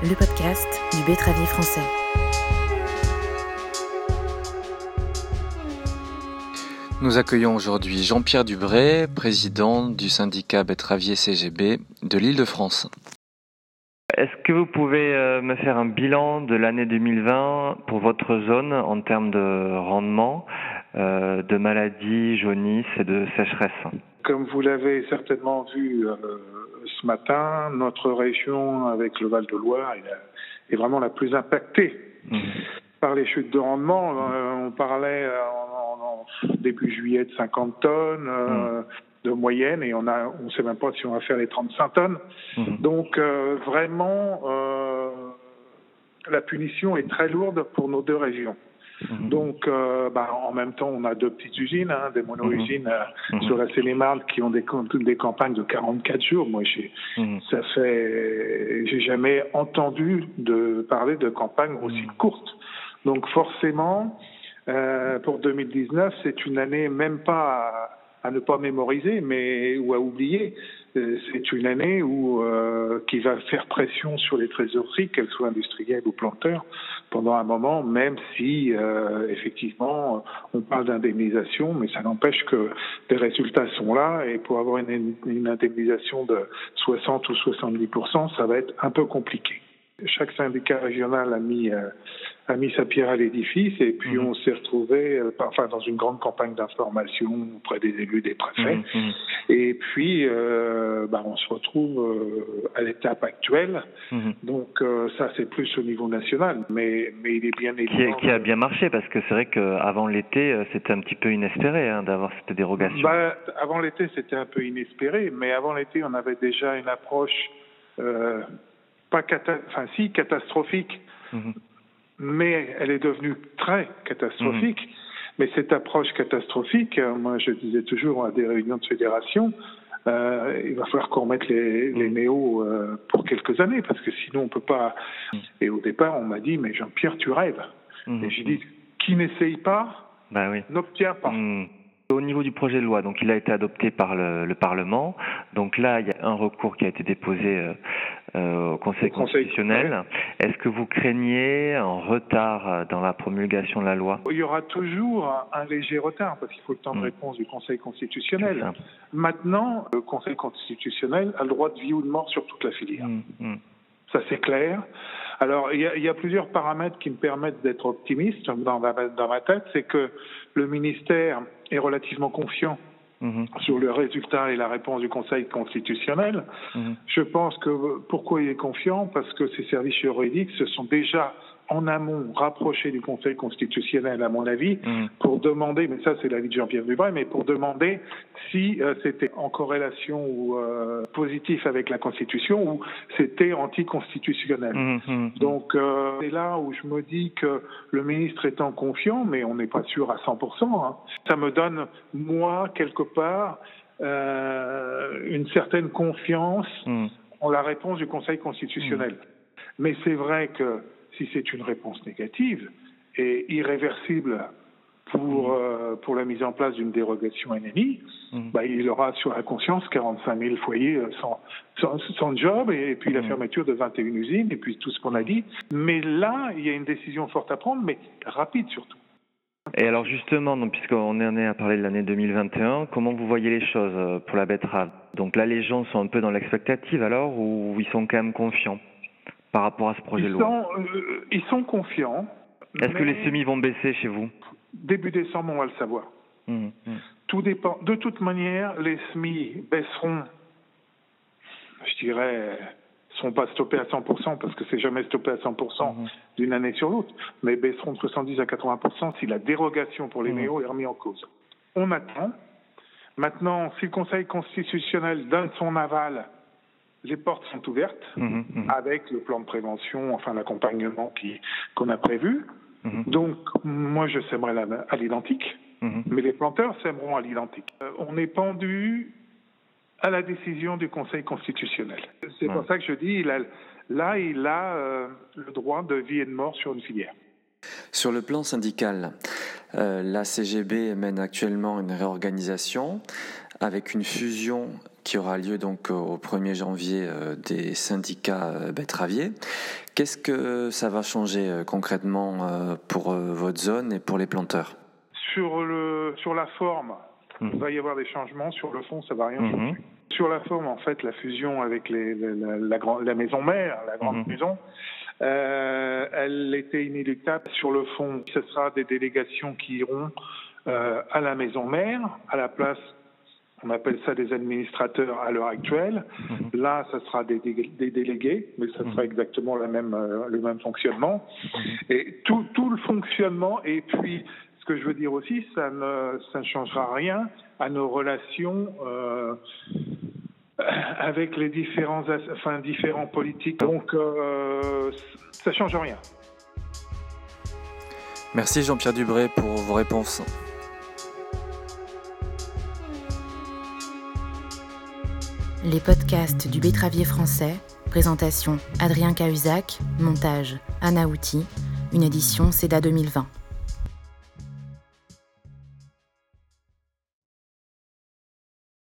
le podcast du betteravier français. Nous accueillons aujourd'hui Jean-Pierre Dubray, président du syndicat betteravier CGB de l'Île-de-France. Est-ce que vous pouvez me faire un bilan de l'année 2020 pour votre zone en termes de rendement, de maladies, jaunisse et de sécheresse ? Comme vous l'avez certainement vu ce matin, notre région, avec le Val-de-Loire, est vraiment la plus impactée par les chutes de rendement. On parlait en début juillet de 50 tonnes de moyenne et on ne sait même pas si on va faire les 35 tonnes. Donc vraiment, la punition est très lourde pour nos deux régions. Donc, en même temps, on a deux petites usines, des mono-usines sur la Seine-et-Marne qui ont des campagnes de 44 jours. Moi, j'ai jamais entendu parler de campagnes aussi courtes. Donc, forcément, pour 2019, c'est une année même pas à ne pas mémoriser, ou à oublier. C'est une année qui va faire pression sur les trésoreries, qu'elles soient industrielles ou planteurs, pendant un moment, même si effectivement on parle d'indemnisation, mais ça n'empêche que les résultats sont là et pour avoir une indemnisation de 60 ou 70%, ça va être un peu compliqué. Chaque syndicat régional a mis sa pierre à l'édifice et puis on s'est retrouvé dans une grande campagne d'information auprès des élus, des préfets. Et puis on se retrouve à l'étape actuelle. Donc ça c'est plus au niveau national, mais il est bien évident qui a bien marché parce que c'est vrai qu'avant l'été c'était un petit peu inespéré d'avoir cette dérogation. Avant l'été c'était un peu inespéré, mais avant l'été on avait déjà une approche catastrophique, mais elle est devenue très catastrophique. Mais cette approche catastrophique, moi je disais toujours à des réunions de fédération, il va falloir qu'on remette les néos pour quelques années, parce que sinon on peut pas. Et au départ on m'a dit, mais Jean-Pierre tu rêves. Et j'ai dit, qui n'essaye pas n'obtient pas. Au niveau du projet de loi, donc il a été adopté par le Parlement. Donc là, il y a un recours qui a été déposé au Conseil constitutionnel. Est-ce que vous craignez un retard dans la promulgation de la loi ? Il y aura toujours un léger retard parce qu'il faut le temps de réponse du Conseil constitutionnel. Maintenant, le Conseil constitutionnel a le droit de vie ou de mort sur toute la filière. Ça, c'est clair. Alors, il y a plusieurs paramètres qui me permettent d'être optimiste dans ma tête. C'est que le ministère est relativement confiant sur le résultat et la réponse du Conseil constitutionnel. Je pense que pourquoi il est confiant ? Parce que ses services juridiques se sont déjà en amont rapprochés du Conseil constitutionnel, à mon avis, pour demander, mais ça c'est l'avis de Jean-Pierre Dubray, mais pour demander si c'était en corrélation ou positif avec la Constitution ou c'était anticonstitutionnel. Donc c'est là où je me dis que le ministre étant confiant, mais on n'est pas sûr à 100%, ça me donne, moi, quelque part, une certaine confiance en la réponse du Conseil constitutionnel. Mais c'est vrai que si c'est une réponse négative et irréversible pour la mise en place d'une dérogation NMI, il aura sur la conscience 45 000 foyers sans job et puis la fermeture de 21 usines et puis tout ce qu'on a dit. Mais là, il y a une décision forte à prendre, mais rapide surtout. Et alors justement, puisqu'on en est à parler de l'année 2021, comment vous voyez les choses pour la betterave ? Donc là, les gens sont un peu dans l'expectative alors ou ils sont quand même confiants par rapport à ce projet de loi ? Ils sont confiants. Est-ce que les semis vont baisser chez vous ? Début décembre, on va le savoir. Tout dépend. De toute manière, les semis baisseront, je dirais, ne seront pas stoppés à 100% parce que c'est jamais stoppé à 100% d'une année sur l'autre, mais baisseront de 70 à 80% si la dérogation pour les néos est remise en cause. On attend. Maintenant, si le Conseil constitutionnel donne son aval, les portes sont ouvertes avec le plan de prévention, l'accompagnement qu'on a prévu. Donc, moi, je sèmerai à l'identique, mais les planteurs sèmeront à l'identique. On est pendu à la décision du Conseil constitutionnel. C'est pour ça que je dis, il a le droit de vie et de mort sur une filière. Sur le plan syndical, la CGB mène actuellement une réorganisation avec une fusion qui aura lieu donc au 1er janvier des syndicats betteraviers. Qu'est-ce que ça va changer concrètement pour votre zone et pour les planteurs ? Sur la forme, il va y avoir des changements. Sur le fond, ça va rien changer. Sur la forme, en fait, la fusion avec la maison mère, la grande maison, elle était inéluctable. Sur le fond, ce sera des délégations qui iront à la maison mère, à la place, on appelle ça des administrateurs à l'heure actuelle. Là, ça sera des délégués, mais ça sera exactement le même fonctionnement. Et tout le fonctionnement, et puis ce que je veux dire aussi, ça ne changera rien à nos relations avec les différents politiques. Donc, ça ne change rien. Merci Jean-Pierre Dubré pour vos réponses. Les podcasts du Betteravier français, présentation Adrien Cahuzac, montage Anna Outi, une édition CEDA 2020.